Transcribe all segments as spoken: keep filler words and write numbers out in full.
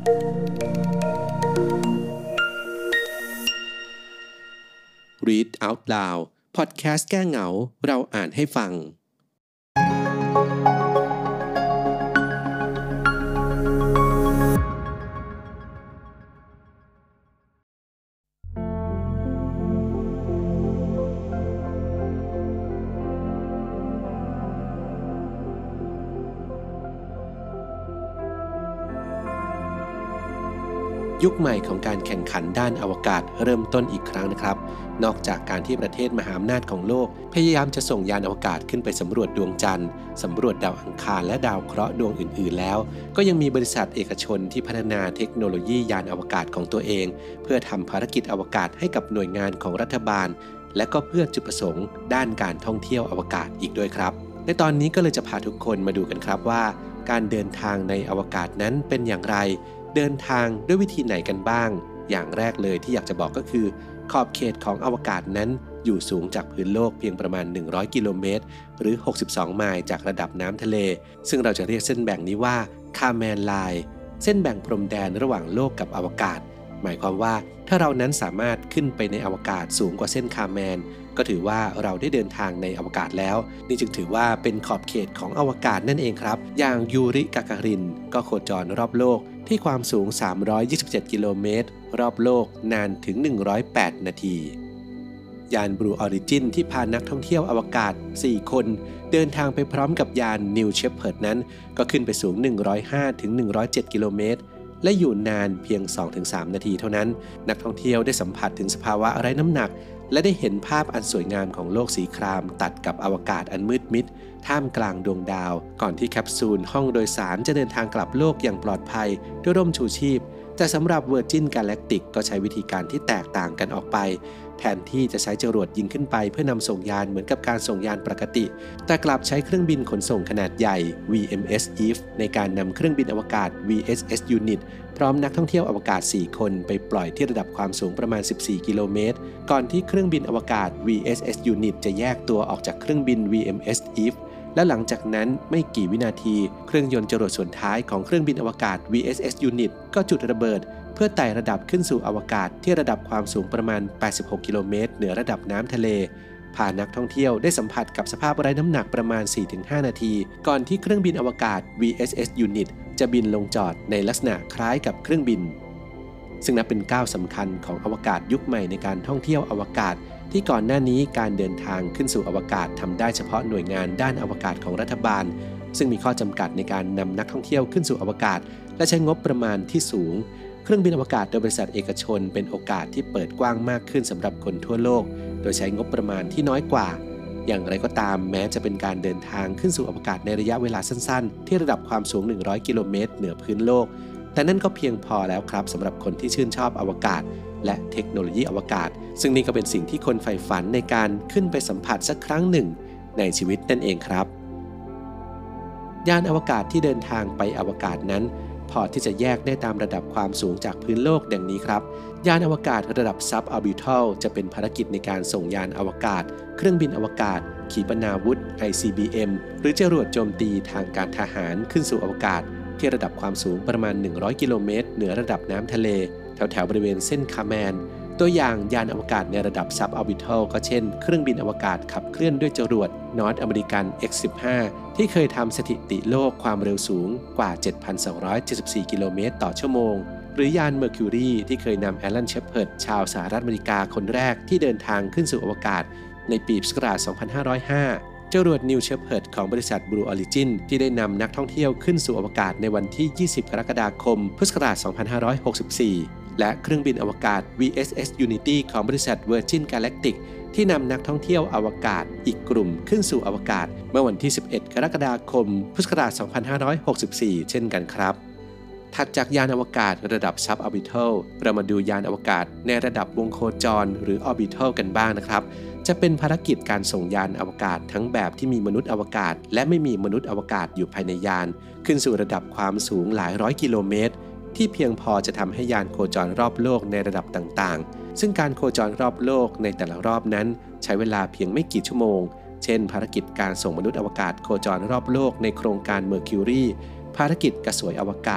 Read Out Loud พอดแคสต์แก้เหงาเราอ่านให้ฟังยุคใหม่ของการแข่งขันด้านอวกาศเริ่มต้นอีกครั้งนะครับนอกจากการที่ประเทศมหาอำนาจของโลกพยายามจะส่งยานอวกาศขึ้นไปสำรวจดวงจันทร์สำรวจดาวอังคารและดาวเคราะห์ดวงอื่นๆแล้วก็ยังมีบริษัทเอกชนที่พัฒนาเทคโนโลยียานอวกาศของตัวเองเพื่อทำภารกิจอวกาศให้กับหน่วยงานของรัฐบาลและก็เพื่อจุดประสงค์ด้านการท่องเที่ยวอวกาศอีกด้วยครับในตอนนี้ก็เลยจะพาทุกคนมาดูกันครับว่าการเดินทางในอวกาศนั้นเป็นอย่างไรเดินทางด้วยวิธีไหนกันบ้างอย่างแรกเลยที่อยากจะบอกก็คือขอบเขตของอวกาศนั้นอยู่สูงจากพื้นโลกเพียงประมาณหนึ่งร้อยกิโลเมตรหรือหกสิบสองไมล์จากระดับน้ำทะเลซึ่งเราจะเรียกเส้นแบ่งนี้ว่าคาร์แมนไลน์เส้นแบ่งพรมแดนระหว่างโลกกับอวกาศหมายความว่าถ้าเรานั้นสามารถขึ้นไปในอวกาศสูงกว่าเส้นคาร์แมนก็ถือว่าเราได้เดินทางในอวกาศแล้วนี่จึงถือว่าเป็นขอบเขตของอวกาศนั่นเองครับอย่างยูริกาการินก็โคจรรอบโลกที่ความสูงสามร้อยยี่สิบเจ็ดกิโลเมตรรอบโลกนานถึงหนึ่งร้อยแปดนาทียาน Blue Origin ที่พานักท่องเที่ยวอวกาศสี่คนเดินทางไปพร้อมกับยาน New Shepard นั้นก็ขึ้นไปสูงหนึ่งร้อยห้าถึงหนึ่งร้อยเจ็ดกิโลเมตรและอยู่นานเพียง สองถึงสาม นาทีเท่านั้นนักท่องเที่ยวได้สัมผัสถึงสภาวะไร้น้ำหนักและได้เห็นภาพอันสวยงามของโลกสีครามตัดกับอวกาศอันมืดมิดท่ามกลางดวงดาวก่อนที่แคปซูลห้องโดยสารจะเดินทางกลับโลกอย่างปลอดภัยด้วยร่มชูชีพแต่สำหรับ Virgin Galactic ก็ใช้วิธีการที่แตกต่างกันออกไปแทนที่จะใช้จรวดยิงขึ้นไปเพื่อนำส่งยานเหมือนกับการส่งยานปกติแต่กลับใช้เครื่องบินขนส่งขนาดใหญ่ วี เอ็ม เอส Eve ในการนำเครื่องบินอวกาศ วี เอส เอส Unit พร้อมนักท่องเที่ยวอวกาศสี่คนไปปล่อยที่ระดับความสูงประมาณสิบสี่กิโลเมตรก่อนที่เครื่องบินอวกาศ วี เอส เอส Unit จะแยกตัวออกจากเครื่องบิน วี เอ็ม เอส Eve และหลังจากนั้นไม่กี่วินาทีเครื่องยนต์จรวดส่วนท้ายของเครื่องบินอวกาศ วี เอส เอส Unit ก็จุดระเบิดเพื่อไต่ระดับขึ้นสู่อวกาศที่ระดับความสูงประมาณแปดสิบหกกิโลเมตรเหนือระดับน้ำทะเลพานักท่องเที่ยวได้สัมผัสกับสภาพไร้น้ำหนักประมาณ สี่ถึงห้า นาทีก่อนที่เครื่องบินอวกาศ วี เอส เอส Unit จะบินลงจอดในลักษณะคล้ายกับเครื่องบินซึ่งนับเป็นก้าวสำคัญของอวกาศยุคใหม่ในการท่องเที่ยวอวกาศที่ก่อนหน้านี้การเดินทางขึ้นสู่อวกาศทำได้เฉพาะหน่วยงานด้านอวกาศของรัฐบาลซึ่งมีข้อจำกัดในการนำนักท่องเที่ยวขึ้นสู่อวกาศและใช้งบประมาณที่สูงเครื่องบินอวกาศโดยบริษัทเอกชนเป็นโอกาสที่เปิดกว้างมากขึ้นสำหรับคนทั่วโลกโดยใช้งบประมาณที่น้อยกว่าอย่างไรก็ตามแม้จะเป็นการเดินทางขึ้นสู่อวกาศในระยะเวลาสั้นๆที่ระดับความสูงหนึ่งร้อยกิโลเมตรเหนือพื้นโลกแต่นั่นก็เพียงพอแล้วครับสำหรับคนที่ชื่นชอบอวกาศและเทคโนโลยีอวกาศซึ่งนี่ก็เป็นสิ่งที่คนใฝ่ฝันในการขึ้นไปสัมผัสสักครั้งหนึ่งในชีวิตนั่นเองครับยานอวกาศที่เดินทางไปอวกาศนั้นพอที่จะแยกได้ตามระดับความสูงจากพื้นโลกดังนี้ครับยานอวกาศระดับ Suborbital จะเป็นภารกิจในการส่งยานอวกาศเครื่องบินอวกาศขีปนาวุธ ไอ ซี บี เอ็ม หรือจรวดโจมตีทางการทหารขึ้นสู่อวกาศที่ระดับความสูงประมาณหนึ่งร้อยกิโลเมตรเหนือระดับน้ำทะเลแถวๆบริเวณเส้นคาร์แมนตัวอย่างยานอวกาศในระดับ Suborbital ก็เช่นเครื่องบินอวกาศขับเคลื่อนด้วยจรวด North American เอ็กซ์ สิบห้า ที่เคยทำสถิติโลกความเร็วสูงกว่า เจ็ดพันสองร้อยเจ็ดสิบสี่ กิโลเมตรต่อชั่วโมงหรือยาน Mercury ที่เคยนำแอลัน เชพเพิร์ดชาวสหรัฐอเมริกาคนแรกที่เดินทางขึ้นสู่อวกาศในปีพุทธศักราช สองพันห้าร้อยห้า จรวด New Shepard ของบริษัท Blue Origin ที่ได้นำนักท่องเที่ยวขึ้นสู่อวกาศในวันที่ ยี่สิบ กรกฎาคม พุทธศักราช สองพันห้าร้อยหกสิบสี่ และเครื่องบินอวกาศ วี เอส เอส Unity ของบริษัท Virgin Galactic ที่นำนักท่องเที่ยวอวกาศอีกกลุ่มขึ้นสู่อวกาศเมื่อวันที่ สิบเอ็ด กรกฎาคม พุทธศักราช สองพันห้าร้อยหกสิบสี่ เช่นกันครับถัดจากยานอวกาศระดับ Suborbital เรามาดูยานอวกาศในระดับวงโคจรหรือ Orbital กันบ้างนะครับจะเป็นภารกิจการส่งยานอวกาศทั้งแบบที่มีมนุษย์อวกาศและไม่มีมนุษย์อวกาศอยู่ภายในยานขึ้นสู่ระดับความสูงหลายร้อยกิโลเมตรที่เพียงพอจะทำให้ยานโคจรรอบโลกในระดับต่างๆซึ่งการโคจรรอบโลกในแต่ละรอบนั้นใช้เวลาเพียงไม่กี่ชั่วโมงเช่นภารกิจการส่งมนุษย์อวกาศโคจรรอบโลกในโครงการ Mercury ภารกิจกระสวยอวกาศ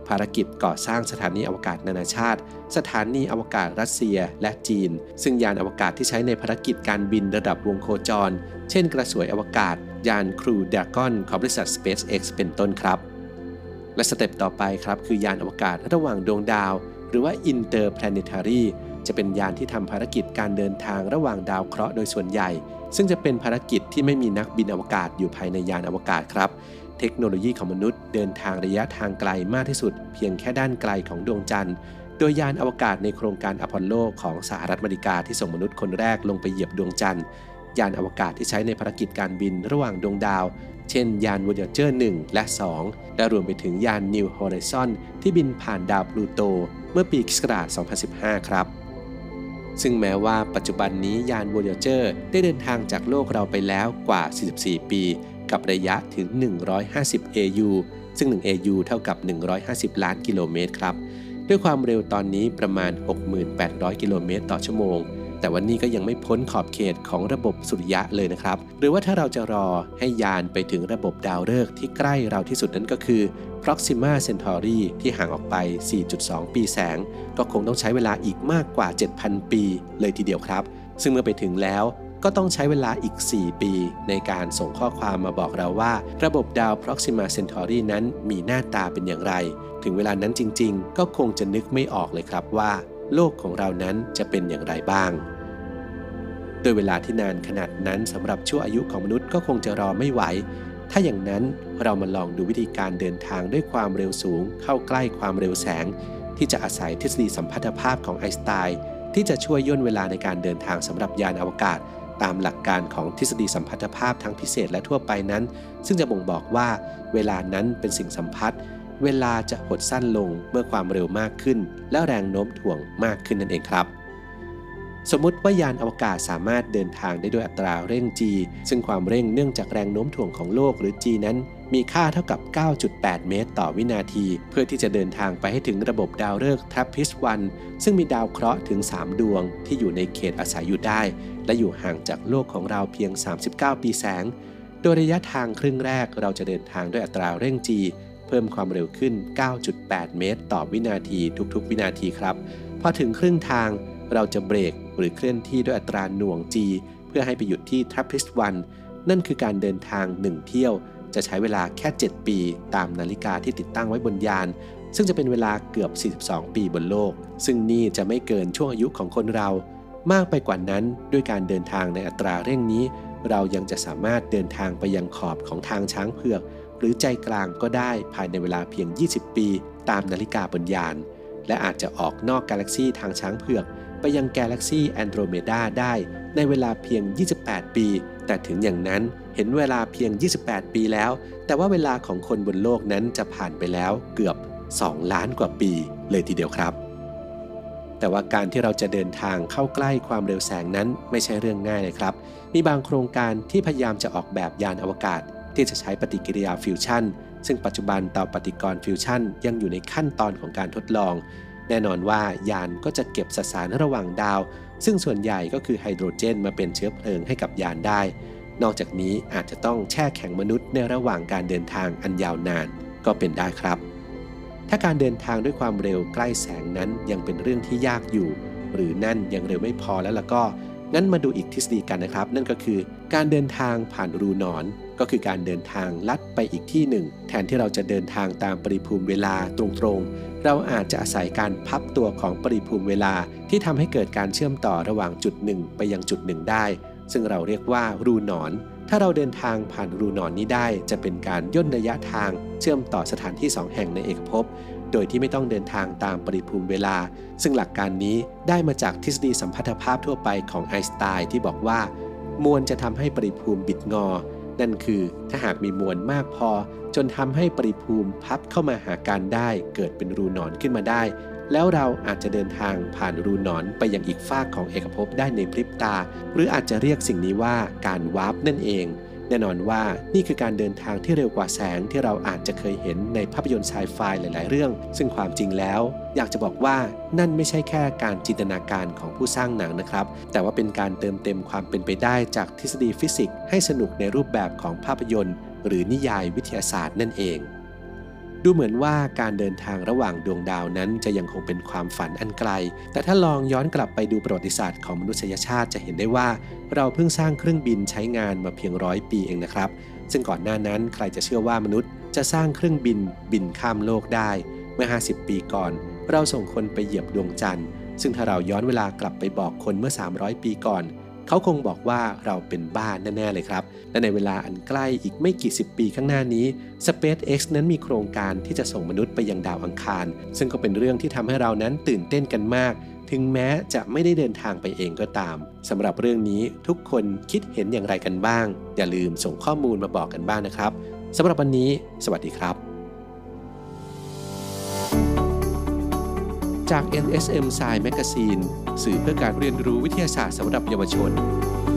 ภารกิจก่อสร้างสถานีอวกาศนานาชาติสถานีอวกาศรัสเซียและจีนซึ่งยานอวกาศที่ใช้ในภารกิจการบินระดับวงโคจรเช่นกระสวยอวกาศยานครูดราก้อนของบริษัท SpaceX เป็นต้นครับและสเต็ปต่อไปครับคือยานอวกาศระหว่างดวงดาวหรือว่า Interplanetary จะเป็นยานที่ทำภารกิจการเดินทางระหว่างดาวเคราะห์โดยส่วนใหญ่ซึ่งจะเป็นภารกิจที่ไม่มีนักบินอวกาศอยู่ภายในยานอวกาศครับเทคโนโลยีของมนุษย์เดินทางระยะทางไกลมากที่สุดเพียงแค่ด้านไกลของดวงจันทร์โดยยานอวกาศในโครงการอพอลโลของสหรัฐอเมริกาที่ส่งมนุษย์คนแรกลงไปเหยียบดวงจันทร์ยานอวกาศที่ใช้ในภารกิจการบินระหว่างดวงดาวเช่นยาน Voyager หนึ่ง และ สอง และรวมไปถึงยาน New Horizon ที่บินผ่านดาวพลูโตเมื่อปีค.ศ. สองพันสิบห้า ครับซึ่งแม้ว่าปัจจุบันนี้ยาน Voyager ได้เดินทางจากโลกเราไปแล้วกว่าสี่สิบสี่ปีกับระยะถึงหนึ่งร้อยห้าสิบ เอ ยู ซึ่งหนึ่ง เอ ยู เท่ากับหนึ่งร้อยห้าสิบล้านกิโลเมตรครับด้วยความเร็วตอนนี้ประมาณ หกพันแปดร้อย กิโลเมตรต่อชั่วโมงแต่วันนี้ก็ยังไม่พ้นขอบเขตของระบบสุริยะเลยนะครับหรือว่าถ้าเราจะรอให้ยานไปถึงระบบดาวฤกษ์ที่ใกล้เราที่สุดนั้นก็คือ Proxima Centauri ที่ห่างออกไป สี่จุดสอง ปีแสงก็คงต้องใช้เวลาอีกมากกว่า เจ็ดพัน ปีเลยทีเดียวครับซึ่งเมื่อไปถึงแล้วก็ต้องใช้เวลาอีก สี่ ปีในการส่งข้อความมาบอกเราว่าระบบดาว Proxima Centauri นั้นมีหน้าตาเป็นอย่างไรถึงเวลานั้นจริงๆก็คงจะนึกไม่ออกเลยครับว่าโลกของเรานั้นจะเป็นอย่างไรบ้างโดยเวลาที่นานขนาดนั้นสำหรับชั่วอายุของมนุษย์ก็คงจะรอไม่ไหวถ้าอย่างนั้นเรามาลองดูวิธีการเดินทางด้วยความเร็วสูงเข้าใกล้ความเร็วแสงที่จะอาศัยทฤษฎีสัมพัทธภาพของไอน์สไตน์ที่จะช่วยย่นเวลาในการเดินทางสำหรับยานอวกาศตามหลักการของทฤษฎีสัมพัทธภาพทั้งพิเศษและทั่วไปนั้นซึ่งจะบ่งบอกว่าเวลานั้นเป็นสิ่งสัมพัทธ์เวลาจะหดสั้นลงเมื่อความเร็วมากขึ้นและแรงโน้มถ่วงมากขึ้นนั่นเองครับสมมุติว่ายานอวกาศสามารถเดินทางได้ด้วยอัตราเร่ง g ซึ่งความเร่งเนื่องจากแรงโน้มถ่วงของโลกหรือ g นั้นมีค่าเท่ากับ เก้าจุดแปด เมตรต่อวินาทีเพื่อที่จะเดินทางไปให้ถึงระบบดาวฤกษ์ ทรัปพิสต์ วันซึ่งมีดาวเคราะห์ถึงสามดวงที่อยู่ในเขตอาศัยอยู่ได้และอยู่ห่างจากโลกของเราเพียงสามสิบเก้าปีแสงโดยระยะทางครึ่งแรกเราจะเดินทางด้วยอัตราเร่ง g เพิ่มความเร็วขึ้น เก้าจุดแปด เมตรต่อวินาทีทุกๆวินาทีครับพอถึงครึ่งทางเราจะเบรกหรือเคลื่อนที่ด้วยอัตราหน่วง g เพื่อให้ไปหยุดที่ ทรัปพิสต์ วัน นั่นคือการเดินทางหนึ่งเที่ยวจะใช้เวลาแค่เจ็ดปีตามนาฬิกาที่ติดตั้งไว้บนยานซึ่งจะเป็นเวลาเกือบสี่สิบสองปีบนโลกซึ่งนี่จะไม่เกินช่วงอายุของคนเรามากไปกว่านั้นด้วยการเดินทางในอัตราเร่งนี้เรายังจะสามารถเดินทางไปยังขอบของทางช้างเผือกหรือใจกลางก็ได้ภายในเวลาเพียงยี่สิบปีตามนาฬิกาบนยานและอาจจะออกนอกกาแล็กซีทางช้างเผือกไปยังกาแล็กซีแอนโดรเมดาได้ในเวลาเพียงยี่สิบแปดปีแต่ถึงอย่างนั้นเห็นเวลาเพียงยี่สิบแปดปีแล้วแต่ว่าเวลาของคนบนโลกนั้นจะผ่านไปแล้วเกือบสองล้านกว่าปีเลยทีเดียวครับแต่ว่าการที่เราจะเดินทางเข้าใกล้ความเร็วแสงนั้นไม่ใช่เรื่องง่ายเลยครับมีบางโครงการที่พยายามจะออกแบบยานอวกาศที่จะใช้ปฏิกิริยาฟิวชั่นซึ่งปัจจุบันเตาปฏิกรณ์ฟิวชั่นยังอยู่ในขั้นตอนของการทดลองแน่นอนว่ายานก็จะเก็บสสารระหว่างดาวซึ่งส่วนใหญ่ก็คือไฮโดรเจนมาเป็นเชื้อเพลิงให้กับยานได้นอกจากนี้อาจจะต้องแช่แข็งมนุษย์ในระหว่างการเดินทางอันยาวนานก็เป็นได้ครับถ้าการเดินทางด้วยความเร็วใกล้แสงนั้นยังเป็นเรื่องที่ยากอยู่หรือนั่นยังเร็วไม่พอแล้วล่ะก็งั้นมาดูอีกทฤษฎีกันนะครับนั่นก็คือการเดินทางผ่านรูหนอนก็คือการเดินทางลัดไปอีกที่หนึ่งแทนที่เราจะเดินทางตามปริภูมิเวลาตรงๆเราอาจจะอาศัยการพับตัวของปริภูมิเวลาที่ทำให้เกิดการเชื่อมต่อระหว่างจุดหนึ่งไปยังจุดหนึ่งได้ซึ่งเราเรียกว่ารูหนอนถ้าเราเดินทางผ่านรูหนอนนี้ได้จะเป็นการย่นระยะทางเชื่อมต่อสถานที่สองแห่งในเอกภพโดยที่ไม่ต้องเดินทางตามปริภูมิเวลาซึ่งหลักการนี้ได้มาจากทฤษฎีสัมพัทธภาพทั่วไปของไอน์สไตน์ที่บอกว่ามวลจะทำให้ปริภูมิบิดงอนั่นคือถ้าหากมีมวลมากพอจนทำให้ปริภูมิพับเข้ามาหากันได้เกิดเป็นรูหนอนขึ้นมาได้แล้วเราอาจจะเดินทางผ่านรูหนอนไปยังอีกฟากของเอกภพได้ในพริบตาหรืออาจจะเรียกสิ่งนี้ว่าการวาร์ปนั่นเองแน่นอนว่านี่คือการเดินทางที่เร็วกว่าแสงที่เราอาจจะเคยเห็นในภาพยนตร์ไซไฟหลายๆเรื่องซึ่งความจริงแล้วอยากจะบอกว่านั่นไม่ใช่แค่การจินตนาการของผู้สร้างหนังนะครับแต่ว่าเป็นการเติมเต็มความเป็นไปได้จากทฤษฎีฟิสิกส์ให้สนุกในรูปแบบของภาพยนตร์หรือนิยายวิทยาศาสตร์นั่นเองดูเหมือนว่าการเดินทางระหว่างดวงดาวนั้นจะยังคงเป็นความฝันอันไกลแต่ถ้าลองย้อนกลับไปดูประวัติศาสตร์ของมนุษยชาติจะเห็นได้ว่าเราเพิ่งสร้างเครื่องบินใช้งานมาเพียงร้อยปีเองนะครับซึ่งก่อนหน้านั้นใครจะเชื่อว่ามนุษย์จะสร้างเครื่องบินบินข้ามโลกได้เมื่อห้าสิบปีก่อนเราส่งคนไปเหยียบดวงจันทร์ซึ่งถ้าเราย้อนเวลากลับไปบอกคนเมื่อสามร้อยปีก่อนเขาคงบอกว่าเราเป็นบ้าแน่ๆเลยครับและในเวลาอันใกล้อีกไม่กี่สิบปีข้างหน้านี้ SpaceX นั้นมีโครงการที่จะส่งมนุษย์ไปยังดาวอังคารซึ่งก็เป็นเรื่องที่ทำให้เรานั้นตื่นเต้นกันมากถึงแม้จะไม่ได้เดินทางไปเองก็ตามสำหรับเรื่องนี้ทุกคนคิดเห็นอย่างไรกันบ้างอย่าลืมส่งข้อมูลมาบอกกันบ้างนะครับสำหรับวันนี้สวัสดีครับจาก เอ็น เอส เอ็ม Science Magazine สื่อเพื่อการเรียนรู้วิทยาศาสตร์สำหรับเยาวชน